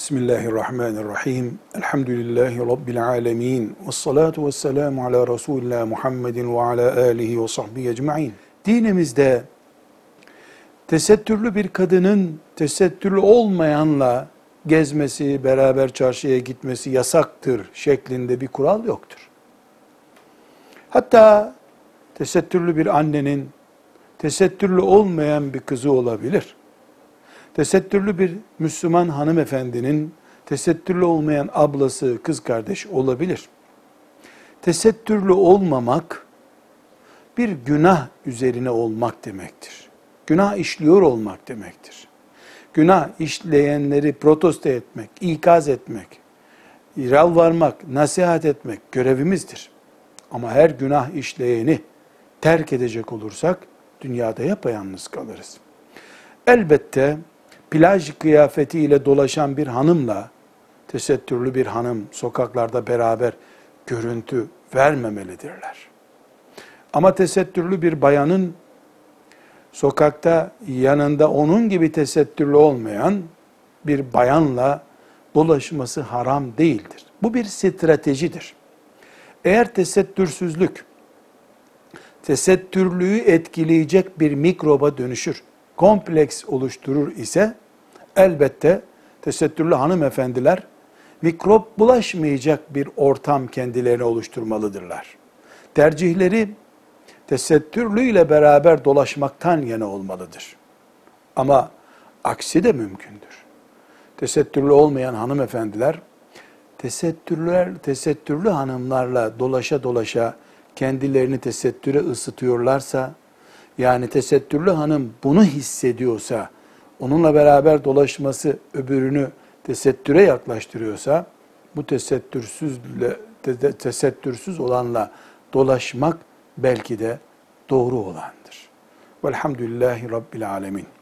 Bismillahirrahmanirrahim. Elhamdülillahi Rabbil alemin. Vessalatu vesselamu ala Resulillah Muhammedin ve ala alihi ve sahbihi ecma'in. Dinimizde tesettürlü bir kadının tesettürlü olmayanla gezmesi, beraber çarşıya gitmesi yasaktır şeklinde bir kural yoktur. Hatta tesettürlü bir annenin tesettürlü olmayan bir kızı olabilir. Tesettürlü bir Müslüman hanımefendinin tesettürlü olmayan ablası, kız kardeş olabilir. Tesettürlü olmamak bir günah üzerine olmak demektir. Günah işliyor olmak demektir. Günah işleyenleri protesto etmek, ikaz etmek, yalvarmak, nasihat etmek görevimizdir. Ama her günah işleyeni terk edecek olursak dünyada yapayalnız kalırız. Elbette plaj kıyafetiyle dolaşan bir hanımla tesettürlü bir hanım sokaklarda beraber görüntü vermemelidirler. Ama tesettürlü bir bayanın sokakta yanında onun gibi tesettürlü olmayan bir bayanla dolaşması haram değildir. Bu bir stratejidir. Eğer tesettürsüzlük, tesettürlüğü etkileyecek bir mikroba dönüşür, kompleks oluşturur ise elbette tesettürlü hanımefendiler mikrop bulaşmayacak bir ortam kendilerine oluşturmalıdırlar. Tercihleri tesettürlüyle beraber dolaşmaktan yana olmalıdır. Ama aksi de mümkündür. Tesettürlü olmayan hanımefendiler tesettürlü hanımlarla dolaşa dolaşa kendilerini tesettüre ısıtıyorlarsa, yani tesettürlü hanım bunu hissediyorsa, onunla beraber dolaşması öbürünü tesettüre yaklaştırıyorsa, bu tesettürsüz olanla dolaşmak belki de doğru olandır. Velhamdülillahi Rabbil alemin.